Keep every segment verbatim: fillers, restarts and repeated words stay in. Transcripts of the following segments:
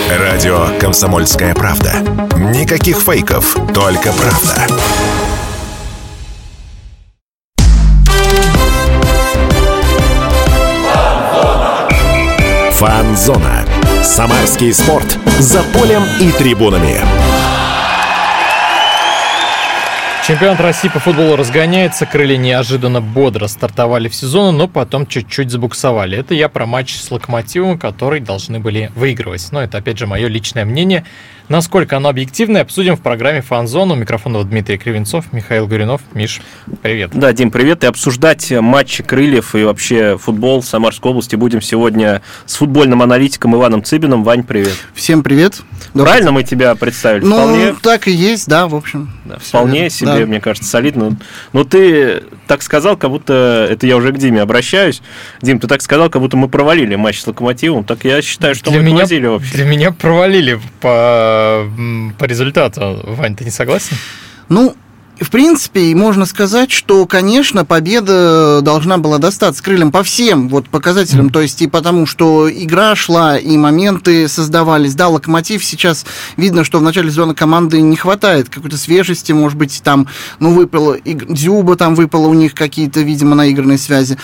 Радио «Комсомольская правда». Никаких фейков, только правда. Фан-зона. Самарский спорт. За полем и трибунами. Чемпионат России по футболу разгоняется. Крылья неожиданно бодро стартовали в сезон, но потом чуть-чуть забуксовали. Это я про матч с Локомотивом, который должны были выигрывать. Но это, опять же, мое личное мнение. Насколько оно объективное, обсудим в программе «Фан-зона». У микрофона Дмитрий Кривенцов, Михаил Горюнов. Миш, привет. Да, Дим, привет. И обсуждать матчи крыльев и вообще футбол в Самарской области будем сегодня с футбольным аналитиком Иваном Цыбиным. Вань, привет. Всем привет. Правильно мы тебя представили? Ну, вполне... так и есть, да, в общем. Да, вполне верно. себе, Да. Мне кажется, солидно. Но ты так сказал, как будто... Это я уже к Диме обращаюсь. Дим, ты так сказал, как будто мы провалили матч с Локомотивом. Так я считаю, что для мы меня, тормозили вообще. Для меня провалили по, по результату. Вань, ты не согласен? Ну, в принципе, можно сказать, что, конечно, победа должна была достаться крыльям по всем вот показателям, mm. то есть и потому, что игра шла, и моменты создавались. Да, Локомотив сейчас видно, что в начале сезона команды не хватает какой-то свежести, может быть, там, ну, выпало, Дзюба там выпало у них какие-то, видимо, наигранные связи.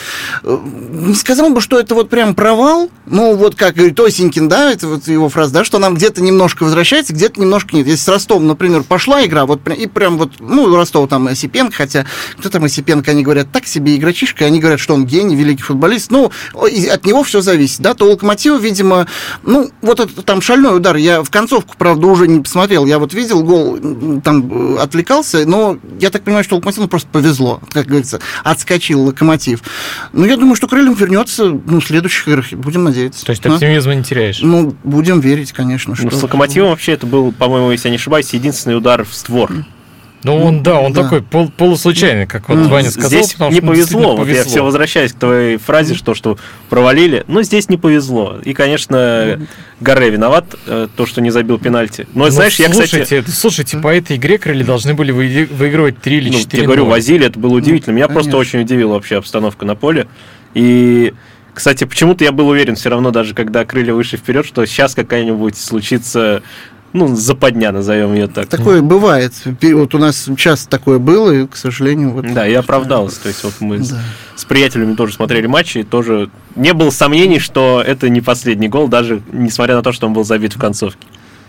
Не сказал бы, что это вот прям провал, ну, вот как говорит Осенькин, да, это вот его фраза, да, что нам где-то немножко возвращается, где-то немножко нет. Если с Ростовом, например, пошла игра, вот и прям вот, ну, Ростова там Осипенко, хотя кто там Осипенко, они говорят, так себе игрочишка, они говорят, что он гений, великий футболист, ну, от него все зависит, да, то у Локомотива, видимо, ну, вот это там шальной удар, я в концовку, правда, уже не посмотрел, я вот видел гол, там отвлекался, но я так понимаю, что Локомотиву просто повезло, как говорится, отскочил Локомотив. Ну, я думаю, что крыльям вернется, ну, в следующих играх, будем надеяться. То есть ты оптимизма не теряешь? Ну, будем верить, конечно. Что... Ну, с Локомотивом вообще это был, по-моему, если я не ошибаюсь, единственный удар в створ. Ну, он, да, он да. такой пол, полуслучайный, как вот ну, Ваня сказал. Здесь потому, не повезло. Вот повезло. я все возвращаюсь к твоей фразе, что, что провалили. Но здесь не повезло. И, конечно, Гарре виноват, то, что не забил пенальти. Но, ну, знаешь, слушайте, я, кстати... Слушайте, по этой игре крылья должны были выигрывать три или четыре. Ну, я говорю, возили, это было удивительно. Меня ну, просто очень удивила вообще обстановка на поле. И... Кстати, почему-то я был уверен все равно, даже когда крылья вышли вперед, что сейчас какая-нибудь случится... Ну, западня, назовем ее так. Такое бывает. Вот у нас часто такое было, и, к сожалению... Вот... Да, и оправдался. То есть вот мы да. с, с приятелями тоже смотрели матчи, и тоже не было сомнений, что это не последний гол, даже несмотря на то, что он был забит в концовке.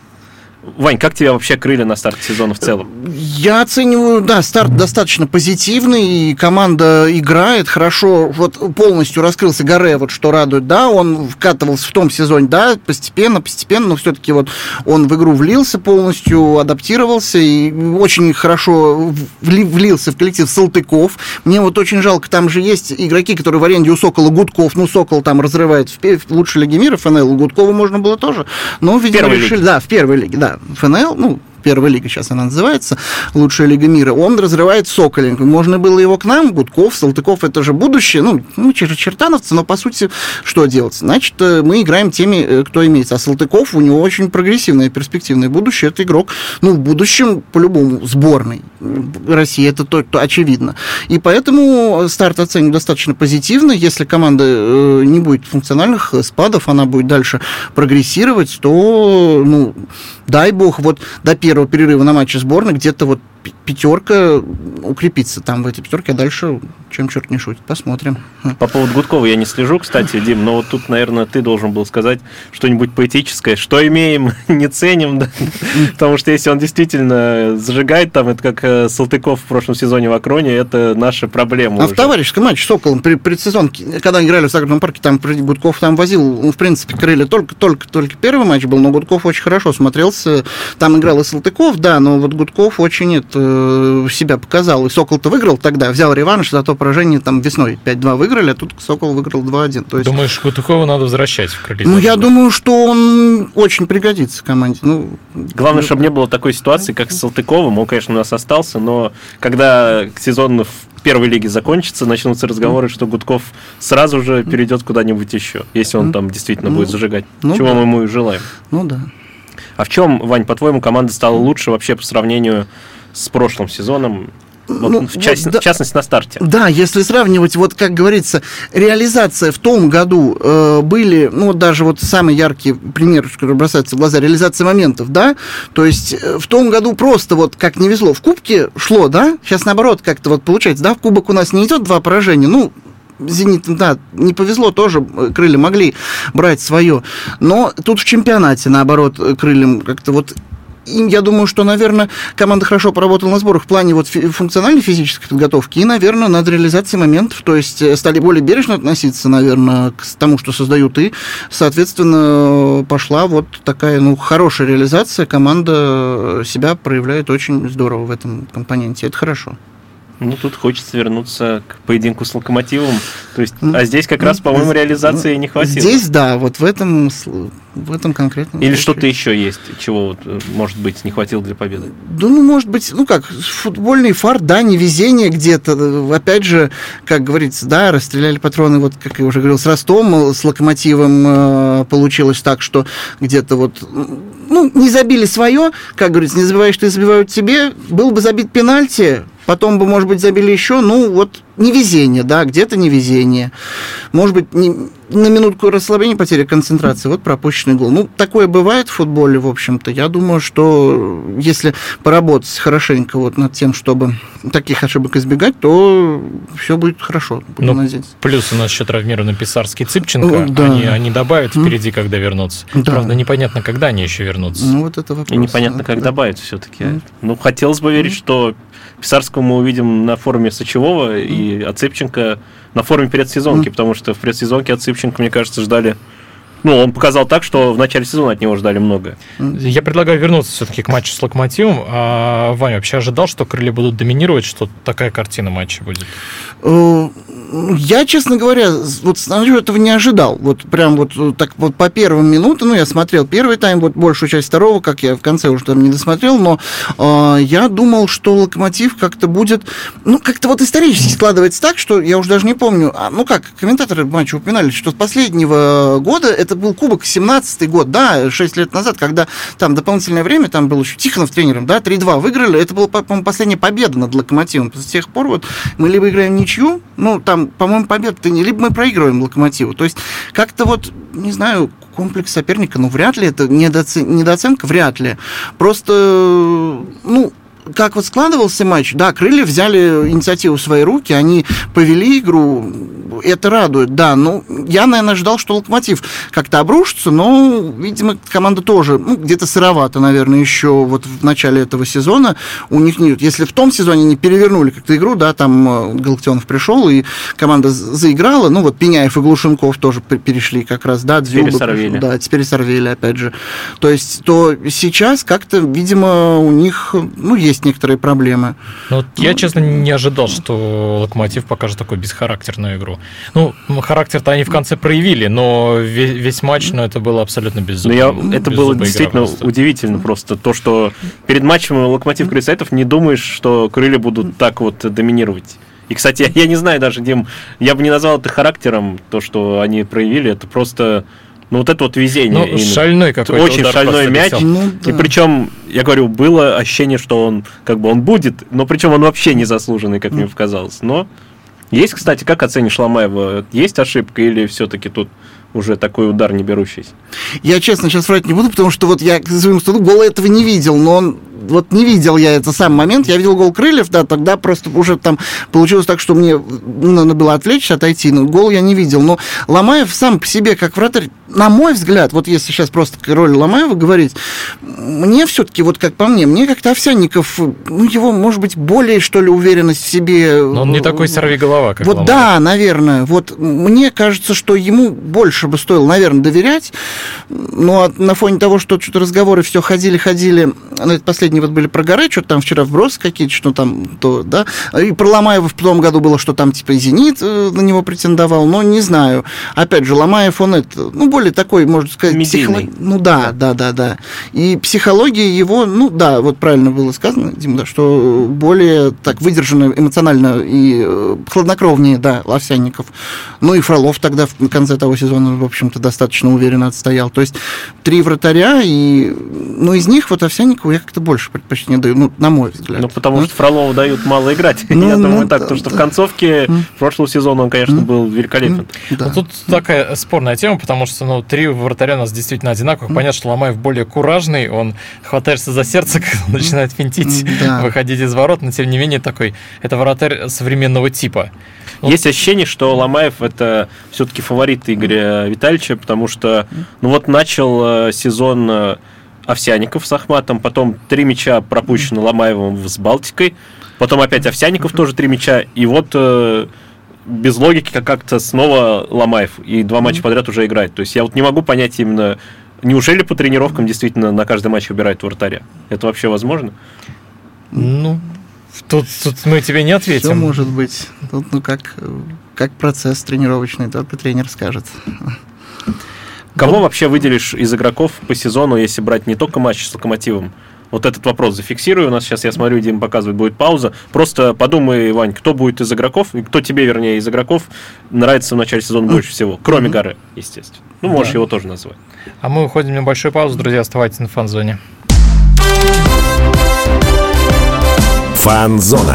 Вань, как тебе вообще крылья на старте сезона в целом? Я оцениваю, да, старт достаточно позитивный, и команда играет хорошо, вот полностью раскрылся Гарре, вот что радует, да, он вкатывался в том сезоне, да, постепенно, постепенно, но все-таки вот он в игру влился полностью, адаптировался и очень хорошо влился в коллектив Салтыков. Мне вот очень жалко, там же есть игроки, которые в аренде у Сокола, Гудков, ну, Сокол там разрывает в лучшей лиге мира, ФНЛ, у Гудкова можно было тоже, но, видимо, решили, лиге. да, в первой лиге, да. ФНЛ, ну, первая лига сейчас она называется, лучшая лига мира, он разрывает Соколинг. Можно было его к нам, Гудков, Салтыков, это же будущее, ну, мы чертановцы, но, по сути, что делать? Значит, мы играем теми, кто имеется. А Салтыков, у него очень прогрессивное, перспективное будущее, это игрок, ну, в будущем, по-любому, сборной России, это то, то очевидно. И поэтому старт оцениваю достаточно позитивно. Если команда не будет функциональных спадов, она будет дальше прогрессировать, то, ну, дай бог, вот до первого перерыва на матче сборной где-то вот пятерка укрепится там в этой пятерке, а дальше чем черт не шутит. Посмотрим. По поводу Гудкова я не слежу, кстати, Дим, но вот тут, наверное, ты должен был сказать что-нибудь поэтическое. Что имеем, не ценим, да? Потому что если он действительно зажигает там, это как Салтыков в прошлом сезоне в Акроне, это наша проблема. А уже. В товарищеском матче с Соколом при предсезонке, когда играли в Загородном парке, там Гудков там возил, ну, в принципе, крылья только, только, только первый матч был, но Гудков очень хорошо смотрелся. Там играл и Салтыков, да, но вот Гудков очень это, себя показал. И Сокол-то выиграл тогда, взял реванш, зато поражение там весной пять-два выиграли, а тут Сокол выиграл два-один. То есть... Думаешь, Гудкова надо возвращать в крылья? Ну, я думаю, что он очень пригодится команде. Ну, главное, чтобы не было такой ситуации, как с Салтыковым. Он, конечно, у нас остался, но когда сезон в первой лиге закончится, начнутся разговоры, что Гудков сразу же перейдет куда-нибудь еще, если он там действительно будет зажигать. Ну, чего да. мы ему и желаем. Ну да. А в чем, Вань, по-твоему, команда стала лучше вообще по сравнению с прошлым сезоном? Вот, ну, в, части, вот, да, в частности, на старте. Да, если сравнивать, вот как говорится, реализация в том году э, были, ну, вот даже вот самый яркий пример, который бросается в глаза, реализация моментов, да, то есть э, в том году просто вот как не везло, в Кубке шло, да, сейчас наоборот как-то вот получается, да, в Кубок у нас не идет два поражения, ну, «Зенит», да, не повезло тоже, крылья могли брать свое, но тут в чемпионате, наоборот, крыльям как-то вот... И я думаю, что, наверное, команда хорошо поработала на сборах в плане вот функциональной физической подготовки и, наверное, над реализацией моментов, то есть стали более бережно относиться, наверное, к тому, что создают, и, соответственно, пошла вот такая, ну, хорошая реализация, команда себя проявляет очень здорово в этом компоненте, это хорошо. Ну, тут хочется вернуться к поединку с «Локомотивом». То есть, а здесь как раз, по-моему, реализации не хватило. Здесь, да, вот в этом, в этом конкретном Или случае. Что-то еще есть, чего, вот, может быть, не хватило для победы? Да, ну, может быть, ну как, футбольный фарт, да, невезение где-то. Опять же, как говорится, да, расстреляли патроны, вот, как я уже говорил, с Ростовом, с «Локомотивом» э, получилось так, что где-то вот, ну, не забили свое, как говорится, не забиваешь, ты забивают тебе, был бы забит пенальти, потом бы, может быть, забили еще, ну, вот невезение, да, где-то невезение. Может быть, не, на минутку расслабления, потеря концентрации, вот пропущенный гол. Ну, такое бывает в футболе, в общем-то. Я думаю, что если поработать хорошенько вот над тем, чтобы таких ошибок избегать, то все будет хорошо, буду ну, надеяться. Плюс у нас еще травмированный Писарский, Цыпченко. Ну, да. Они, они добавят впереди, mm. когда вернутся. Да. Правда, непонятно, когда они еще вернутся. Ну, вот это вопрос. И непонятно, да, как да. добавить все-таки. Mm. Ну, хотелось бы верить, mm. что Писарского мы увидим на форуме Сычевого mm. и от Цыпченко на форуме предсезонки, mm. потому что в предсезонке от Цыпченко, мне кажется, ждали... Ну, он показал так, что в начале сезона от него ждали много. Я предлагаю вернуться все-таки к матчу с «Локомотивом». А Ваня вообще ожидал, что крылья будут доминировать, что такая картина матча будет? Я, честно говоря, вот смотрю, этого не ожидал. Вот прям вот так вот по первым минутам, ну, я смотрел первый тайм, вот большую часть второго, как я в конце уже там не досмотрел, но э, я думал, что «Локомотив» как-то будет, ну, как-то вот исторически складывается так, что я уже даже не помню, а, ну, как комментаторы матча упоминали, что с последнего года это был Кубок семнадцатый год, да, шесть лет назад, когда там дополнительное время, там был еще Тихонов тренером, да, три-два выиграли, это была, по-моему, последняя победа над «Локомотивом». С тех пор вот мы либо играем ничью, ну, там, по-моему, победа-то не, либо мы проигрываем «Локомотиву». То есть как-то вот, не знаю, комплекс соперника, ну, вряд ли, это недооцен... недооценка, вряд ли. Просто, ну, как вот складывался матч, да, крылья взяли инициативу в свои руки, они повели игру, это радует, да, ну, я, наверное, ожидал, что «Локомотив» как-то обрушится, но, видимо, команда тоже, ну, где-то сыровато, наверное, еще вот в начале этого сезона у них нет, если в том сезоне они перевернули как-то игру, да, там Галактионов пришел, и команда заиграла, ну, вот Пеняев и Глушенков тоже перешли как раз, да, теперь Сорвели. Да, теперь Сорвели, опять же, то есть, то сейчас как-то, видимо, у них, ну, есть есть некоторые проблемы. Ну, вот я, честно, не ожидал, что «Локомотив» покажет такую бесхарактерную игру. Ну, характер-то они в конце проявили, но весь, весь матч, ну, это было абсолютно беззубая. Ну, это было действительно просто удивительно просто. То, что перед матчем «Локомотив» Крылья Советов не думаешь, что крылья будут так вот доминировать. И, кстати, я, я не знаю даже, Дим, я бы не назвал это характером, то, что они проявили, это просто... Ну, вот это вот везение. Ну, шальной какой-то очень шальной мяч. Ну, да. И причем, я говорю, было ощущение, что он как бы он будет, но причем он вообще не заслуженный, как mm. мне показалось. Но есть, кстати, как оценишь Ломаева? Есть ошибка или все-таки тут уже такой удар не берущийся? Я, честно, сейчас врать не буду, потому что вот я к своему стыду гола этого не видел, но он... Вот не видел я этот сам момент, я видел гол Крыльев, да, тогда просто уже там получилось так, что мне надо было отвлечься, отойти, но гол я не видел. Но Ломаев сам по себе, как вратарь, на мой взгляд, вот если сейчас просто роль Ломаева говорить, мне все-таки, вот как по мне, мне как-то Овсянников, ну, его, может быть, более, что ли, уверенность в себе... Но он не такой сорвиголова, как Вот Ломаев. Да, наверное. Вот мне кажется, что ему больше бы стоило, наверное, доверять, но на фоне того, что что-то разговоры все ходили-ходили, ну, это последний вот были про Горы, что-то там вчера вбросы какие-то, что там, то, да, и про Ломаева в том году было, что там, типа, и «Зенит» на него претендовал, но не знаю. Опять же, Ломаев, он это, ну, более более такой, можно сказать, психолог... Ну да, да, да, да. И психология его, ну да, вот правильно было сказано, Дима, да, что более так выдержанно эмоционально и хладнокровнее, да, Овсянников. Ну и Фролов тогда в конце того сезона, в общем-то, достаточно уверенно отстоял. То есть три вратаря, и, ну, из них вот Овсянникову я как-то больше предпочтение даю, ну, на мой взгляд. Ну, потому ну, что Фролову дают мало играть. Ну, я ну, думаю так, да, потому что да. в концовке Mm. прошлого сезона он, конечно, mm. был великолепен. Mm. Да. Ну, тут такая спорная тема, потому что, ну, три вратаря у нас действительно одинаковых. Mm. Понятно, что Ломаев более куражный, он хватается за сердце, когда он начинает финтить, Да. выходить из ворот, но, тем не менее, такой, это вратарь современного типа. Есть ощущение, что Ломаев это все-таки фаворит Игоря Витальевича, потому что, ну вот начал э, сезон э, Овсянников с Ахматом, потом три мяча пропущено Ломаевым с Балтикой, потом опять Овсянников тоже три мяча, и вот э, без логики как-то снова Ломаев, и два матча подряд уже играет. То есть я вот не могу понять именно, неужели по тренировкам действительно на каждый матч выбирают вратаря? Это вообще возможно? Ну, тут, тут мы тебе не ответим. Все может быть. Тут, ну, как, как процесс тренировочный, только тренер скажет. Кого вообще выделишь из игроков по сезону, если брать не только матч с Локомотивом? Вот этот вопрос зафиксирую. У нас сейчас, я смотрю, Дима показывает, будет пауза. Просто подумай, Вань, кто будет из игроков, и кто тебе, вернее, из игроков нравится в начале сезона больше всего, кроме Гаре, естественно. Ну, можешь Да. его тоже назвать. А мы уходим на небольшую паузу, друзья, оставайтесь на Фан-зоне. Фан-зона.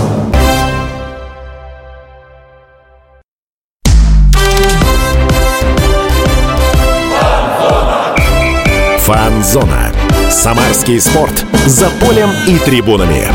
Фан-зона. Самарский спорт. За полем и трибунами.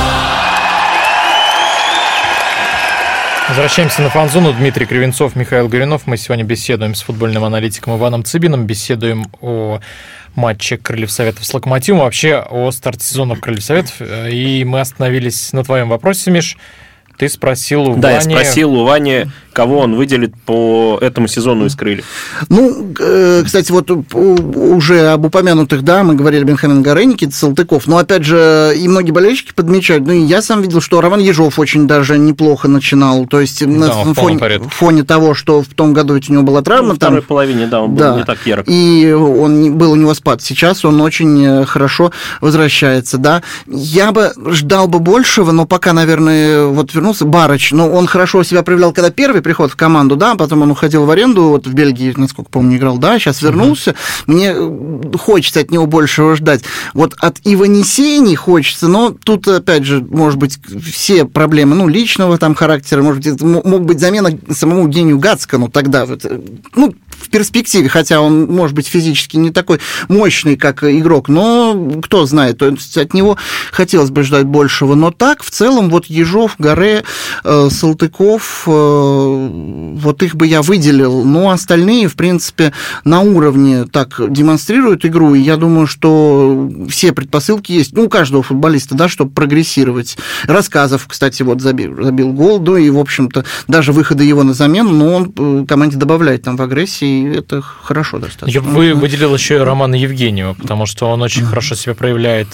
Возвращаемся на Фан-зону. Дмитрий Кривенцов, Михаил Горюнов. Мы сегодня беседуем с футбольным аналитиком Иваном Цыбиным. Беседуем о матче Крыльев Советов с Локомотивом, вообще о старте сезона Крыльев Советов. И мы остановились на твоем вопросе, Миш. Ты спросил у Да, Вани... я спросил у Вани, кого он выделит по этому сезону из Крыльев. Ну, э, кстати, вот уже об упомянутых, да, мы говорили Бенхамин Гаре, Никита Салтыков, но, опять же, и многие болельщики подмечают, ну, и я сам видел, что Роман Ежов очень даже неплохо начинал, то есть да, на фоне, фоне того, что в том году ведь у него была травма. Ну, в второй там, половине, да, он да, был не так ярок. И он, был у него спад. Сейчас он очень хорошо возвращается, да. Я бы ждал бы большего, но пока, наверное, вот вернулся Барыч, но он хорошо себя проявлял, когда первый приход в команду, да, потом он уходил в аренду, вот в Бельгии, насколько помню, играл, да, сейчас вернулся. Uh-huh. Мне хочется от него большего ждать. Вот от Иванесени хочется, но тут, опять же, может быть, все проблемы, ну, личного там характера, может быть, мог быть замена самому Евгению Гацкану тогда, вот, ну, в перспективе, хотя он, может быть, физически не такой мощный, как игрок, но кто знает, то есть от него хотелось бы ждать большего. Но так, в целом, вот Ежов, Гаре, э, Салтыков, э, вот их бы я выделил. Но остальные, в принципе, на уровне так демонстрируют игру, и я думаю, что все предпосылки есть, ну, у каждого футболиста, да, чтобы прогрессировать. Рассказов, кстати, вот забил, забил гол, да, и, в общем-то, даже выходы его на замену, но он команде добавляет там в агрессии, и это хорошо достаточно. Я бы выделил еще и Романа Евгеньева, потому что он очень mm-hmm. хорошо себя проявляет.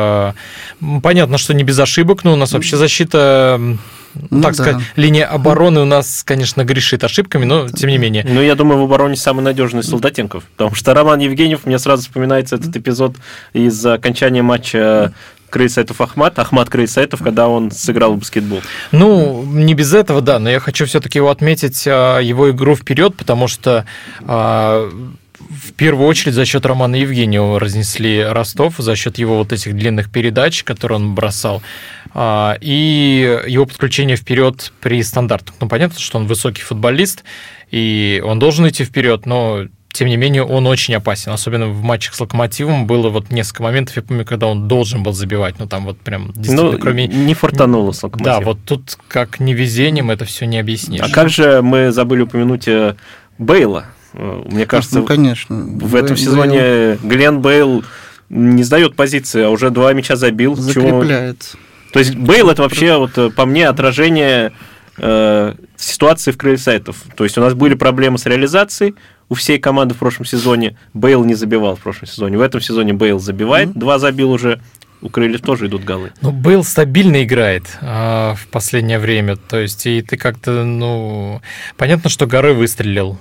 Понятно, что не без ошибок, но у нас вообще защита... Ну, так да. сказать, линия обороны у нас, конечно, грешит ошибками, но тем не менее. Ну, я думаю, в обороне самый надежный Солдатенков, потому что Роман Евгеньев, мне сразу вспоминается этот эпизод из окончания матча Крыльев Советов Ахмат, Ахмат Крыльев Советов, когда он сыграл в баскетбол. Ну, не без этого, да, но я хочу все-таки его отметить, его игру вперед, потому что в первую очередь за счет Романа Евгеньева разнесли Ростов, за счет его вот этих длинных передач, которые он бросал, и его подключение вперед при стандартах. Ну, понятно, что он высокий футболист, и он должен идти вперед, но тем не менее он очень опасен. Особенно в матчах с Локомотивом было вот несколько моментов, я помню, когда он должен был забивать, ну там вот прям действительно, ну, кроме... не фортануло с Локомотивом. Да, вот тут как невезением это все не объяснишь. А как же мы забыли упомянуть Бейла? Мне кажется, ну, конечно. в Бейл, этом сезоне Бейл... Глен Бейл не сдает позиции, а уже два мяча забил. Закрепляет. Чего... То есть Бейл это вообще, вот, по мне, отражение э, ситуации в Крыльев Советов. То есть у нас были проблемы с реализацией у всей команды в прошлом сезоне. Бейл не забивал в прошлом сезоне. В этом сезоне Бейл забивает, mm-hmm. два забил уже. У Крыльев тоже идут голы. Ну, Бейл стабильно играет а, в последнее время. То есть, и ты как-то, ну... Понятно, что Гаре выстрелил.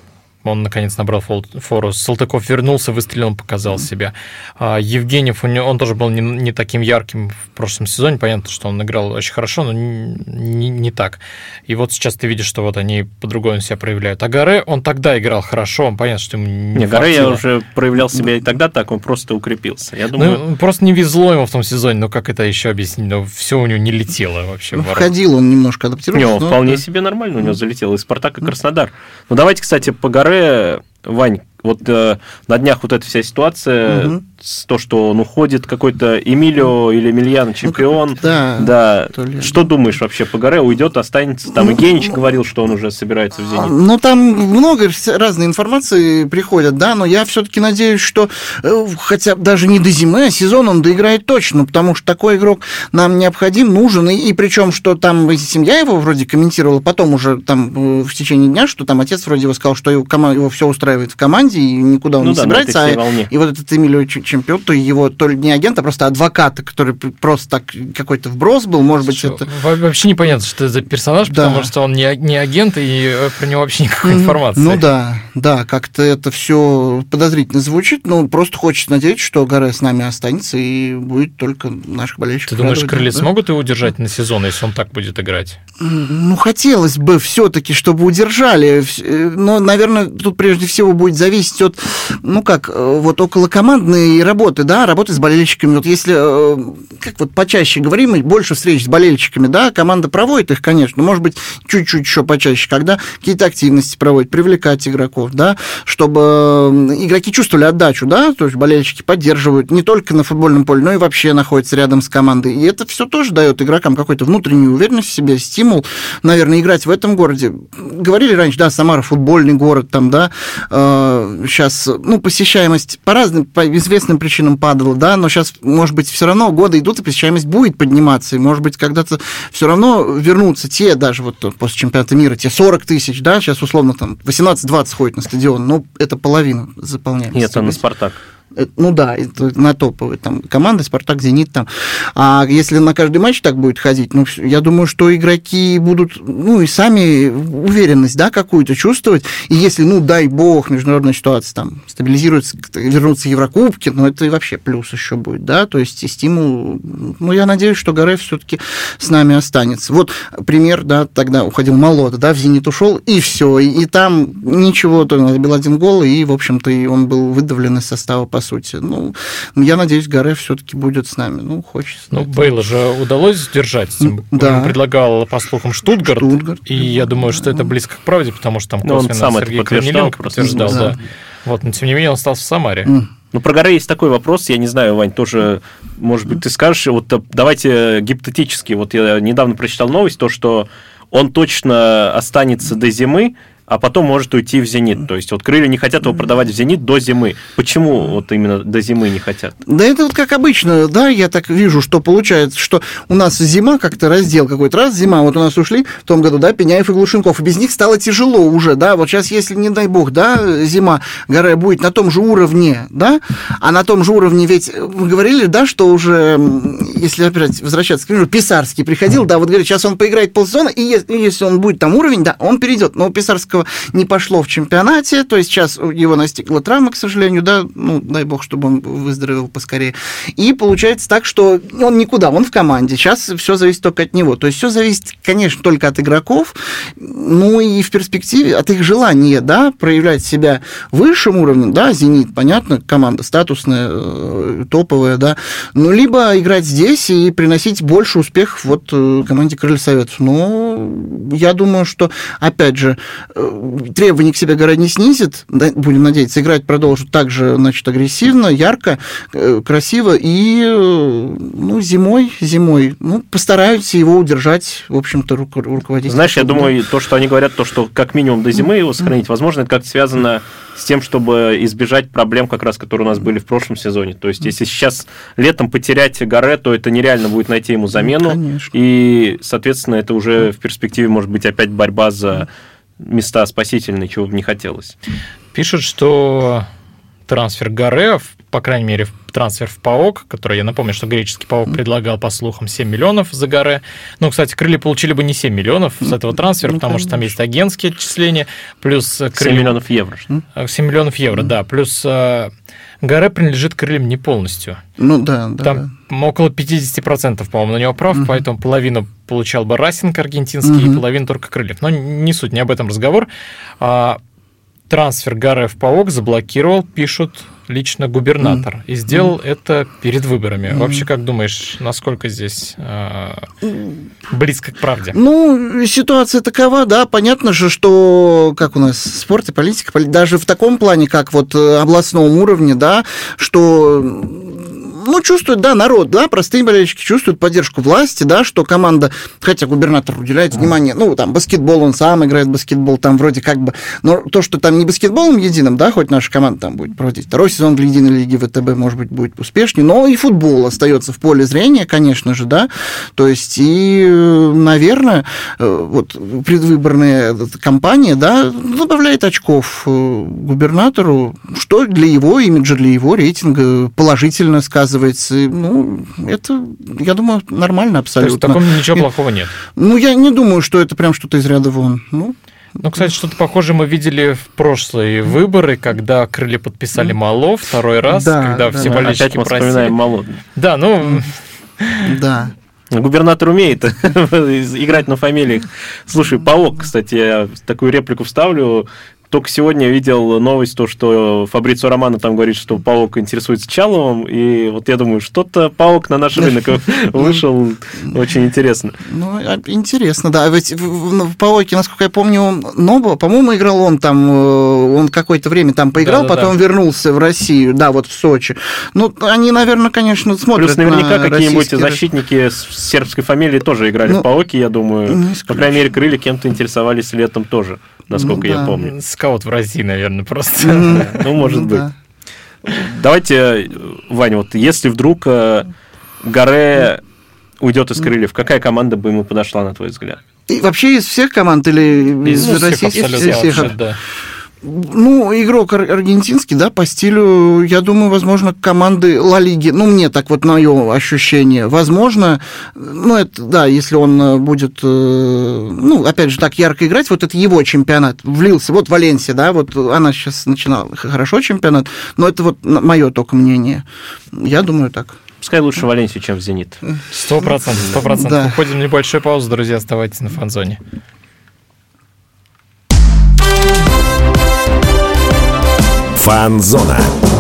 он наконец набрал фору. Салтыков вернулся, выстрелил, он показал себя. А Евгеньев, он тоже был не, не таким ярким в прошлом сезоне. Понятно, что он играл очень хорошо, но не, не так. И вот сейчас ты видишь, что вот они по-другому себя проявляют. А Гаре, он тогда играл хорошо, он понятно, что ему не Не, Гаре я уже проявлял себя и тогда так, он просто укрепился. Я думаю... Ну, просто не везло ему в том сезоне, но как это еще объяснить? Ну, все у него не летело вообще. Ну, входил он немножко адаптировался. Не, он но... вполне себе нормально у него залетел. И Спартак, и Краснодар. Ну, давайте, кстати, по Гаре, Вань, вот э, на днях вот эта вся ситуация, угу. с то, что он уходит, какой-то Эмилио или Эмильян чемпион. Ну, да. да. Что думаешь вообще по Гаре? Уйдет, останется? Там ну, и Генич говорил, что он уже собирается в «Зенит». Ну, там много разной информации приходят, да, но я все-таки надеюсь, что хотя даже не до зимы, а сезон он доиграет точно, потому что такой игрок нам необходим, нужен, и, и причем, что там семья его вроде комментировала, потом уже там в течение дня, что там отец вроде его сказал, что его, его все устраивает в команде, и никуда он ну, не да, собирается. А, и вот этот Эмилио чемпион, то его то ли не агент, а просто адвокат, который просто так какой-то вброс был, может быть, что, это... Вообще непонятно, что это за персонаж, да. потому что он не, не агент, и про него вообще никакой информации. Ну да, да, как-то это все подозрительно звучит, но просто хочется надеяться, что Гаре с нами останется и будет только наших болельщиков. Ты думаешь, крылья да? смогут его удержать на сезон, если он так будет играть? Ну, хотелось бы все-таки, чтобы удержали, но, наверное, тут прежде всего будет зависеть от, ну как, вот околокомандной работы, да, работы с болельщиками. Вот если, как вот почаще говорим, больше встреч с болельщиками, да, команда проводит их, конечно, может быть, чуть-чуть еще почаще, когда какие-то активности проводит, привлекать игроков, да, чтобы игроки чувствовали отдачу, да, то есть болельщики поддерживают не только на футбольном поле, но и вообще находятся рядом с командой. И это все тоже дает игрокам какую-то внутреннюю уверенность в себе, стимул, наверное, играть в этом городе. Говорили раньше, да, Самара футбольный город, там, да, сейчас, ну, посещаемость по разным, по известным причинам падала, да, но сейчас, может быть, все равно годы идут, и посещаемость будет подниматься, и, может быть, когда-то все равно вернутся те, даже вот после чемпионата мира, те сорок тысяч, да, сейчас, условно, там, восемнадцать-двадцать ходит на стадион, ну, это половина заполняемости. Нет, это на «Спартак». Ну да, это на топовые там команды, «Спартак», «Зенит» там. А если на каждый матч так будет ходить, ну, я думаю, что игроки будут, ну, и сами уверенность, да, какую-то чувствовать. И если, ну, дай бог, международная ситуация там стабилизируется, вернутся Еврокубки, ну, это и вообще плюс еще будет, да, то есть и стимул. Ну, я надеюсь, что Гаре все-таки с нами останется. Вот пример, да, тогда уходил Молода, да, в «Зенит» ушел, и все, и, и там ничего, то он забил один гол, и, в общем-то, и он был выдавлен из состава, по сути. Ну, я надеюсь, Гаре все-таки будет с нами. Ну, хочется. Ну, Бейла же удалось сдержать. Да. Он предлагал, по слухам, Штутгарт, Штутгарт. И я думаю, что это близко к правде, потому что там косвенно Сергей Корнеленко подтверждал. Да. Да. Вот, но тем не менее он остался в Самаре. Mm. Ну, про Гаре есть такой вопрос, я не знаю, Вань, тоже, может быть, ты скажешь, вот давайте гипотетически, вот я недавно прочитал новость, то, что он точно останется до зимы, а потом может уйти в «Зенит». То есть вот крылья не хотят его продавать в «Зенит» до зимы. Почему вот именно до зимы не хотят? Да это вот как обычно, да, я так вижу, что получается, что у нас зима, как-то раздел какой-то раз, зима, вот у нас ушли в том году, да, Пеняев и Глушенков, и без них стало тяжело уже, да, вот сейчас, если, не дай бог, да, зима, Гаре будет на том же уровне, да, а на том же уровне ведь мы говорили, да, что уже, если опять возвращаться к примеру, Писарский приходил, да, вот говорит, сейчас он поиграет полсезона, и если, если он будет там уровень, да, он перейдет, но у Писарского не пошло в чемпионате, то есть сейчас его настигла травма, к сожалению, да, ну, дай бог, чтобы он выздоровел поскорее. И получается так, что он никуда, он в команде, сейчас все зависит только от него. То есть все зависит, конечно, только от игроков, ну и в перспективе от их желания, да, проявлять себя высшим уровнем, да, «Зенит», понятно, команда статусная, топовая, да, ну, либо играть здесь и приносить больше успехов вот команде «Крылья Советов». Но я думаю, что, опять же, требования к себе Гаре не снизит, да, будем надеяться, играть продолжит так же, значит, агрессивно, ярко, красиво, и, ну, зимой, зимой, ну, постараются его удержать, в общем-то, ру- руководитель. Знаешь, я думаю, то, что они говорят, то, что как минимум до зимы его сохранить, возможно, это как-то связано с тем, чтобы избежать проблем, как раз, которые у нас были в прошлом сезоне. То есть, если сейчас летом потерять Гаре, то это нереально будет найти ему замену, Конечно. И, соответственно, это уже в перспективе может быть опять борьба за места спасительные, чего бы не хотелось. Пишут, что трансфер Гаре, по крайней мере, трансфер в ПАОК, который, я напомню, что греческий ПАОК предлагал, по слухам, семь миллионов за Гаре. Ну, кстати, крылья получили бы не семь миллионов с этого трансфера, ну, потому конечно. Что там есть агентские отчисления, плюс... Крылья... семь миллионов евро. семь миллионов евро, mm. да, плюс Гаре принадлежит крыльям не полностью. Ну, да, да. Там да. около пятьдесят процентов, по-моему, на него прав, mm-hmm. поэтому половину получал бы Расинг аргентинский, mm-hmm. и половину только крыльев. Но не суть, не об этом разговор. Трансфер Гаре в ПАОК заблокировал, пишут, лично губернатор. Mm. И сделал mm. это перед выборами. Mm. Вообще, как думаешь, насколько здесь э, близко к правде? Ну, ситуация такова, да. Понятно же, что, как у нас спорт и политика, даже в таком плане, как вот областном уровне, да, что... Ну, чувствует, да, народ, да, простые болельщики чувствуют поддержку власти, да, что команда, хотя губернатор уделяет внимание, ну, там, баскетбол, он сам играет в баскетбол, там, вроде как бы, но то, что там не баскетболом единым, да, хоть наша команда там будет проводить второй сезон в единой лиге ВТБ, может быть, будет успешнее, но и футбол остается в поле зрения, конечно же, да, то есть, и, наверное, вот, предвыборная кампания, да, добавляет очков губернатору, что для его имиджа, для его рейтинга положительно сказывается. Ну, это, я думаю, нормально абсолютно. То есть в таком ничего плохого нет? Ну, я не думаю, что это прям что-то из ряда вон. Ну, ну, кстати, что-то похожее мы видели в прошлые выборы, когда крылья подписали Мало второй раз, да, когда да, все да. болельщики Опять мы просили. Вспоминаем Мало. Да, ну... Да. Губернатор умеет играть на фамилиях. Слушай, ПАОК, кстати, я такую реплику вставлю. Только сегодня видел новость, то, что Фабрицио Романо там говорит, что ПАОК интересуется Чаловым, и вот я думаю, что-то ПАОК на наш рынок вышел, очень интересно. Ну, интересно, да, ведь в ПАОКе, насколько я помню, Нобо, по-моему, играл он там, он какое-то время там поиграл, потом вернулся в Россию, да, вот в Сочи. Ну, они, наверное, конечно, смотрят. Плюс наверняка какие-нибудь защитники с сербской фамилией тоже играли в ПАОКе, я думаю, по крайней мере, крылья кем-то интересовались летом тоже, насколько я помню. Скаут в России, наверное, просто. Ну, может быть. Давайте, Ваня, вот если вдруг Гаре уйдет из крыльев, какая команда бы ему подошла, на твой взгляд? И вообще из всех команд или из российских? Из всех, да. Ну, игрок аргентинский, да, по стилю, я думаю, возможно, команды Ла Лиги, ну, мне так вот мое ощущение, возможно, ну, это, да, если он будет, ну, опять же, так ярко играть, вот это его чемпионат, влился, вот Валенсия, да, вот она сейчас начинала хорошо чемпионат, но это вот мое только мнение, я думаю, так. Пускай лучше Валенсию, чем в «Зенит». Сто процентов, сто процентов. Уходим в небольшую паузу, друзья, оставайтесь на Фан-зоне. Фан-зона.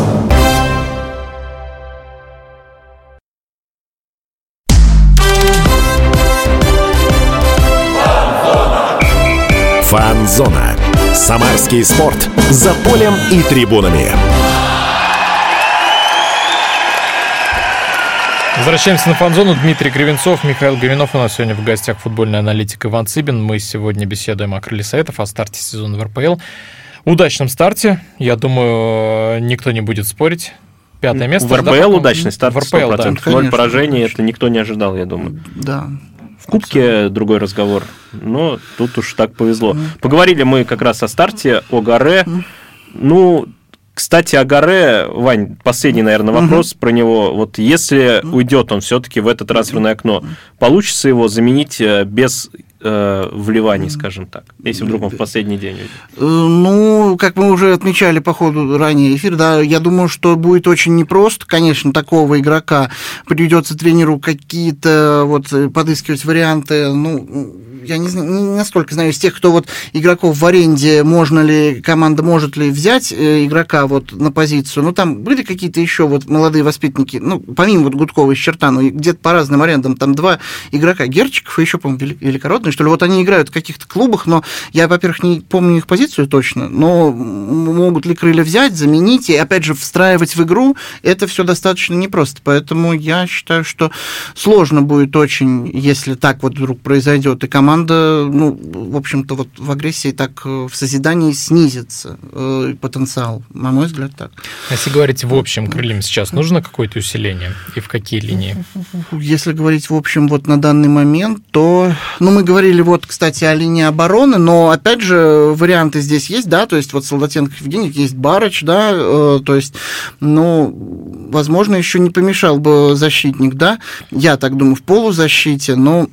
Фан-зона. Самарский спорт. За полем и трибунами. Возвращаемся на Фан-зону. Дмитрий Кривенцов, Михаил Гавинов. У нас сегодня в гостях футбольный аналитик Иван Цыбин. Мы сегодня беседуем о крыльях Советов, о старте сезона в эр пэ эл. Удачном старте, я думаю, никто не будет спорить. Пятое место. В эр пэ эл да, удачный старт, в эр пэ эл, сто процентов. Да. Ноль поражений, конечно. Это никто не ожидал, я думаю. Да. В Кубке абсолютно. Другой разговор, но тут уж так повезло. Mm. Поговорили мы как раз о старте, о Гаре. Mm. Ну, кстати, о Гаре, Вань, последний, наверное, вопрос mm-hmm. про него. Вот если mm. уйдет он все-таки в это трансферное окно, получится его заменить без... вливаний, скажем так, если вдруг он в последний день уйдет? Ну, как мы уже отмечали по ходу ранее эфира, да, я думаю, что будет очень непросто, конечно, такого игрока придется тренеру какие-то вот подыскивать варианты, ну, я не, знаю, не настолько знаю из тех, кто вот игроков в аренде, можно ли, команда может ли взять игрока вот на позицию, ну, там были какие-то еще вот молодые воспитанники, ну, помимо вот Гудкова и Чертану, где-то по разным арендам, там два игрока, Герчиков и еще, по-моему, Великородный, что ли, вот они играют в каких-то клубах, но я, во-первых, не помню их позицию точно, но могут ли крылья взять, заменить и, опять же, встраивать в игру, это все достаточно непросто, поэтому я считаю, что сложно будет очень, если так вот вдруг произойдет, и команда, ну, в общем-то, вот в агрессии так в созидании снизится э, потенциал, на мой взгляд, так. Если говорить в общем, крыльям сейчас нужно какое-то усиление, и в какие линии? Если говорить в общем вот на данный момент, то, ну, мы говорим говорили, вот, кстати, о линии обороны, но, опять же, варианты здесь есть, да, то есть вот Солдатенко, Евгений, есть Барыч, да, э, то есть, ну, возможно, еще не помешал бы защитник, да, я так думаю, в полузащите, но...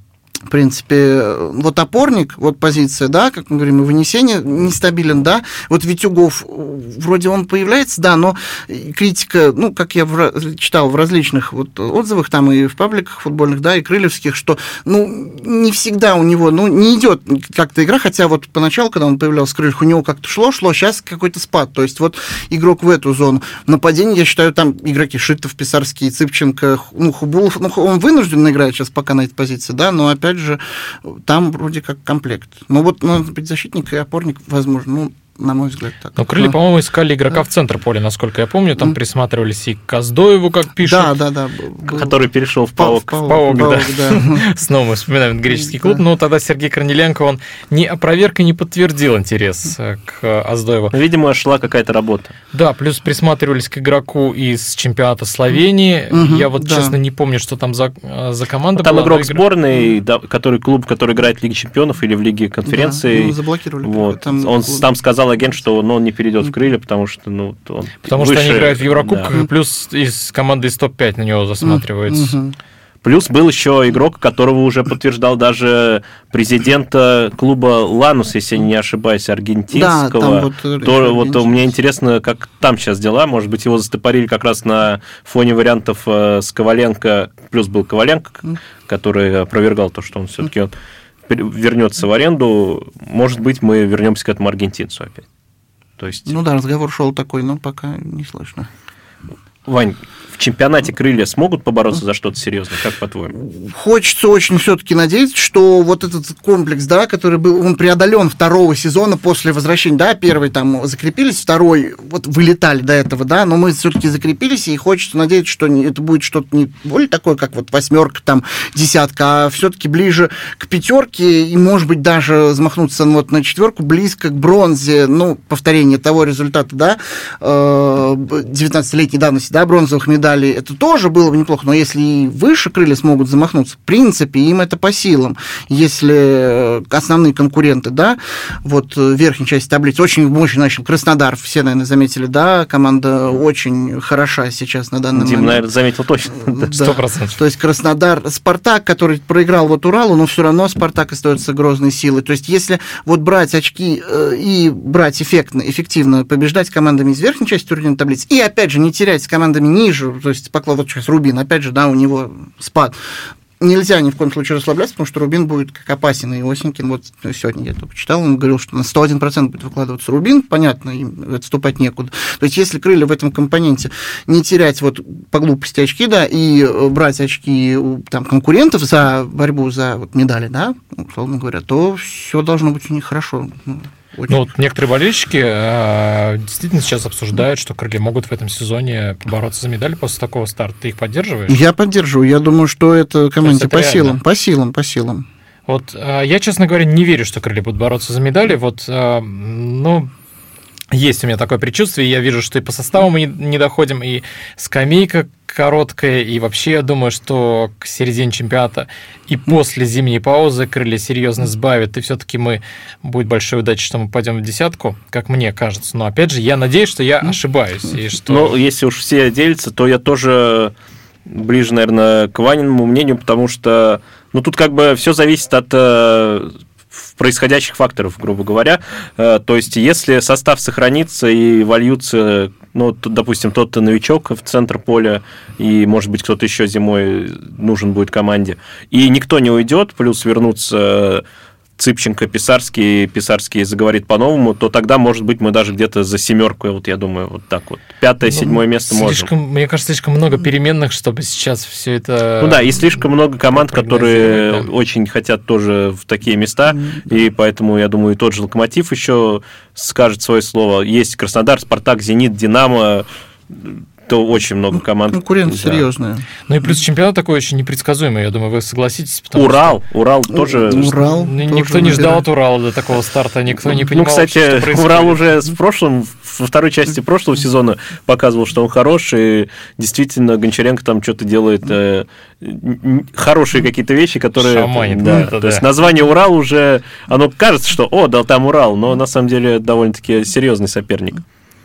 В принципе, вот опорник, вот позиция, да, как мы говорим, и вынесение нестабилен, да, вот Витюгов, вроде он появляется, да, но критика, ну, как я в, читал в различных вот отзывах, там и в пабликах футбольных, да, и крыльевских, что, ну, не всегда у него, ну, не идет как-то игра, хотя вот поначалу, когда он появлялся в крыльях, у него как-то шло, шло, сейчас какой-то спад, то есть вот игрок в эту зону. Нападение, я считаю, там игроки Шитов, Писарский, Цыпченко, ну, Хубулов, ну, он вынужден играть сейчас пока на этой позиции, да, но опять же, там вроде как комплект. Ну вот, надо быть защитник и опорник, возможно, ну, на мой взгляд, так. Но крылья, по-моему, искали игрока да. в центр поля, насколько я помню. Там mm. присматривались и к Коздоеву, как пишут. Да, да, да. Был... Который перешел в ПАОК. В ПАОК, да. да. Снова мы вспоминаем греческий клуб. Но тогда Сергей Корниленко, он не опроверг и не подтвердил интерес к Оздоеву. Видимо, шла какая-то работа. Да, плюс присматривались к игроку из чемпионата Словении. Mm-hmm, я вот, да. честно, не помню, что там за, за команда там была. Там игрок сборной, да, который клуб, который играет в Лиге чемпионов или в Лиге конференции. Да, ну, заблокировали. Вот. Там, он клуб. Там сказал агент, что ну, он не перейдет в крылья, потому что ну, он Потому выше, что они играют в Еврокубках, да. плюс из команды из топ пять на него засматривается. Mm-hmm. Плюс был еще игрок, которого уже подтверждал даже президента клуба «Ланус», если я не ошибаюсь, аргентинского. Да, там вот, то, вот мне интересно, как там сейчас дела. Может быть, его застопорили как раз на фоне вариантов с Коваленко. Плюс был Коваленко, который опровергал то, что он все-таки он вернется в аренду. Может быть, мы вернемся к этому аргентинцу опять. То есть... Ну да, разговор шел такой, но пока не слышно. Вань, в чемпионате крылья смогут побороться за что-то серьезное, как по-твоему? Хочется очень все-таки надеяться, что вот этот комплекс, да, который был, он преодолен второго сезона после возвращения, да, первый там закрепились, второй вот вылетали до этого, да, но мы все-таки закрепились, и хочется надеяться, что это будет что-то не более такое, как вот восьмерка, там, десятка, а все-таки ближе к пятерке, и, может быть, даже замахнуться вот на четверку, близко к бронзе, ну, повторение того результата, да, девятнадцатилетней давности, да, бронзовых медалей, это тоже было бы неплохо, но если и выше крылья смогут замахнуться, в принципе, им это по силам. Если основные конкуренты, да, вот в верхней части таблицы, очень мощно начал Краснодар, все, наверное, заметили, да, команда очень хороша сейчас на данный Дим, момент. наверное, заметил точно. Сто процентов. То есть Краснодар, Спартак, который проиграл вот Уралу, но все равно Спартак остается грозной силой. То есть если вот брать очки и брать эффектно, эффективно побеждать командами из верхней части турнирной таблицы, и опять же не терять с командами ниже, то есть поклад вот сейчас Рубин, опять же, да, у него спад. Нельзя ни в коем случае расслабляться, потому что Рубин будет как опасен. И Осенькин, вот сегодня я только читал, он говорил, что на сто один процент будет выкладываться Рубин, понятно, им отступать некуда. То есть если крылья в этом компоненте не терять вот по глупости очки, да, и брать очки у там, конкурентов за борьбу за вот, медали, да, условно говоря, то все должно быть у них хорошо. Очень. Ну, вот некоторые болельщики э, действительно сейчас обсуждают, что крылья могут в этом сезоне побороться за медали после такого старта. Ты их поддерживаешь? Я поддерживаю. Я думаю, что это команде по реально? силам. По силам, по силам. Вот э, я, честно говоря, не верю, что крылья будут бороться за медали. Вот, э, ну... Есть у меня такое предчувствие, я вижу, что и по составу мы не доходим, и скамейка короткая, и вообще я думаю, что к середине чемпионата и после зимней паузы крылья серьезно сбавят, и все-таки мы будет большой удачей, что мы пойдем в десятку, как мне кажется. Но опять же, я надеюсь, что я ошибаюсь. И что... Ну, если уж все делятся, то я тоже ближе, наверное, к Ваниному мнению, потому что, ну, тут как бы все зависит от происходящих факторов, грубо говоря. То есть, если состав сохранится и вольются, ну, допустим, тот-то новичок в центр поля, и, может быть, кто-то еще зимой нужен будет команде, и никто не уйдет, плюс вернутся Цыпченко, Писарский, Писарский заговорит по-новому, то тогда, может быть, мы даже где-то за семерку, вот я думаю, вот так вот. Пятое, ну, седьмое место слишком, можем. Мне кажется, слишком много переменных, чтобы сейчас все это... Ну да, и слишком много команд, которые да. очень хотят тоже в такие места, mm-hmm. и поэтому, я думаю, и тот же «Локомотив» еще скажет свое слово. Есть Краснодар, «Спартак», «Зенит», «Динамо». то очень много команд. Конкуренция да. серьезная. Ну и плюс чемпионат такой очень непредсказуемый, я думаю, вы согласитесь. Урал, что... Урал тоже... Урал никто тоже не ждал от Урала до такого старта, никто не понимал, ну, кстати, что происходит. Урал уже в прошлом, во второй части прошлого сезона показывал, что он хорош, и действительно Гончаренко там что-то делает, э, хорошие какие-то вещи, которые... Шаманит. Да, Это, то да. есть название Урал уже, оно кажется, что, о, да, там Урал, но на самом деле довольно-таки серьезный соперник.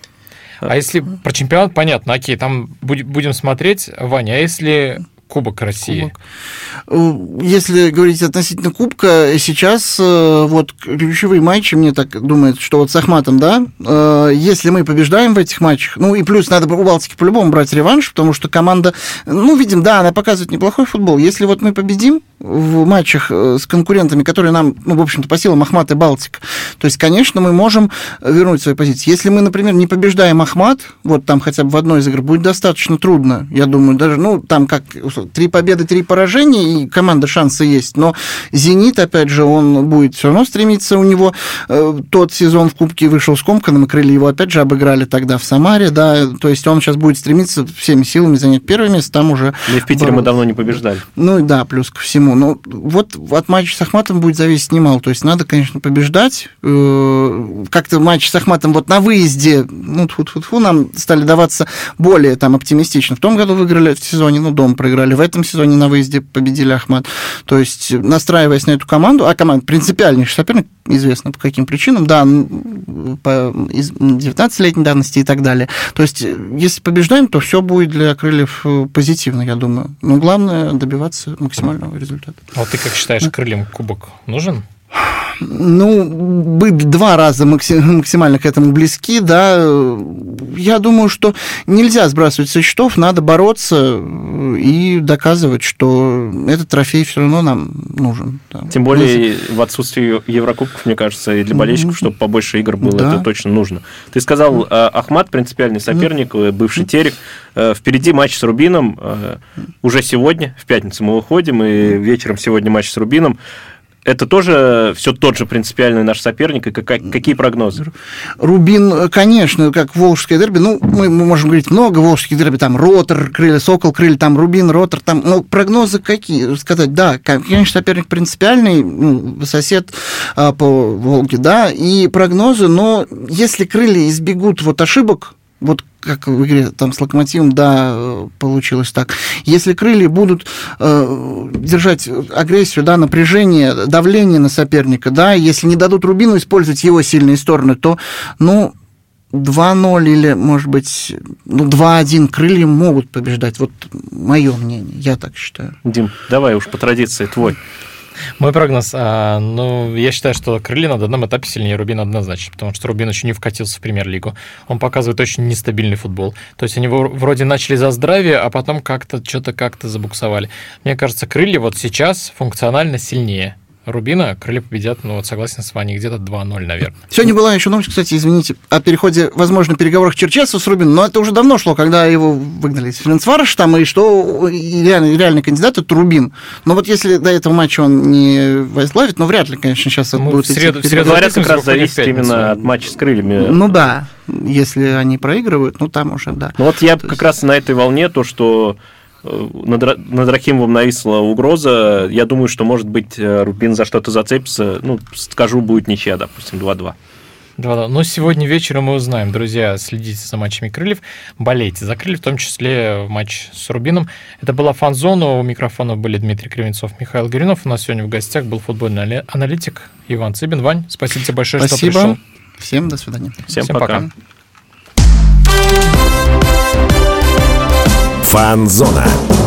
А если про чемпионат, понятно, окей, там будем смотреть, Ваня, а если Кубок России? Кубок. Если говорить относительно Кубка, сейчас вот ключевые матчи, мне так думается, что вот с Ахматом, да, если мы побеждаем в этих матчах, ну и плюс надо у Балтики по-любому брать реванш, потому что команда, ну, видим, да, она показывает неплохой футбол. Если вот мы победим в матчах с конкурентами, которые нам, ну, в общем-то, по силам Ахмат и Балтика, то есть, конечно, мы можем вернуть свои позиции. Если мы, например, не побеждаем Ахмат, вот там хотя бы в одной из игр, будет достаточно трудно, я думаю, даже, ну, там как три победы, три поражения, и команда шансы есть, но «Зенит», опять же, он будет все равно стремиться, у него э, тот сезон в Кубке вышел скомканным, и крылья его, опять же, обыграли тогда в Самаре, да, то есть он сейчас будет стремиться всеми силами занять первое место, там уже... И в Питере мы давно не побеждали. Ну, да, плюс ко всему. Ну, вот от матча с Ахматом будет зависеть немало, то есть надо, конечно, побеждать. Как-то матч с Ахматом вот на выезде, ну, тьфу-тьфу-тьфу, нам стали даваться более там оптимистично. В том году выиграли в сезоне, ну, дома проиграли, в этом сезоне на выезде победили Ахмат. То есть, настраиваясь на эту команду, а команда принципиальнейший соперник, известно по каким причинам, да, по девятнадцатилетней давности и так далее. То есть, если побеждаем, то все будет для крыльев позитивно, я думаю. Но главное добиваться максимального результата. А вот ты как считаешь, крыльям кубок нужен? Ну, быть два раза максимально к этому близки, да, я думаю, что нельзя сбрасывать со счетов, надо бороться и доказывать, что этот трофей все равно нам нужен. Да. Тем более в отсутствии Еврокубков, мне кажется, и для болельщиков, чтобы побольше игр было, да. Это точно нужно. Ты сказал, Ахмат принципиальный соперник, бывший Терек. Впереди матч с Рубином уже сегодня, в пятницу мы выходим, и вечером сегодня матч с Рубином. Это тоже все тот же принципиальный наш соперник, и какие прогнозы? Рубин, конечно, как волжское дерби, ну, мы можем говорить много волжских дерби, там, Ротор, крылья, Сокол, крылья, там, Рубин, Ротор, там, ну, прогнозы какие? Сказать, да, конечно, соперник принципиальный, ну, сосед а, по Волге, да, и прогнозы, но если крылья избегут вот ошибок, вот как в игре там с Локомотивом, да, получилось так. Если крылья будут э, держать агрессию, да, напряжение, давление на соперника, да, если не дадут Рубину использовать его сильные стороны, то, ну, два ноль или, может быть, ну, два один крылья могут побеждать. Вот мое мнение, я так считаю. Дим, давай уж по традиции твой. Мой прогноз, а, ну, я считаю, что крылья на данном этапе сильнее Рубина однозначно, потому что Рубин еще не вкатился в премьер-лигу. Он показывает очень нестабильный футбол. То есть они вроде начали за здравие, а потом как-то что-то как-то забуксовали. Мне кажется, крылья вот сейчас функционально сильнее Рубина, крылья победят, ну вот согласен с Ваней, где-то два ноль, наверное. Сегодня была еще новость, кстати, извините, о переходе, возможно, переговорах Черчесова с Рубином, но это уже давно шло, когда его выгнали из Ференцвароша, там, и что реальный, реальный кандидат — это Рубин. Но вот если до этого матча он не возглавит, ну, вряд ли, конечно, сейчас Мы будет в среду, идти. в среду Говорят, как раз зависит именно от матча с крыльями. Ну да, если они проигрывают, ну там уже, да. Ну вот я как раз на этой волне, то, что над, над Рахимовым нависла угроза. Я думаю, что, может быть, Рубин за что-то зацепится. Ну, скажу, будет ничья, допустим, два-два. два-два. Но сегодня вечером мы узнаем. Друзья, следите за матчами крыльев, болейте за крыльев, в том числе в матч с Рубином. Это была Фан-зона. У микрофона были Дмитрий Кривенцов, Михаил Горюнов. У нас сегодня в гостях был футбольный аналитик Иван Цыбин. Вань, спасибо тебе большое, спасибо. что пришел. Всем до свидания. Всем, Всем пока. пока. Фан-зона.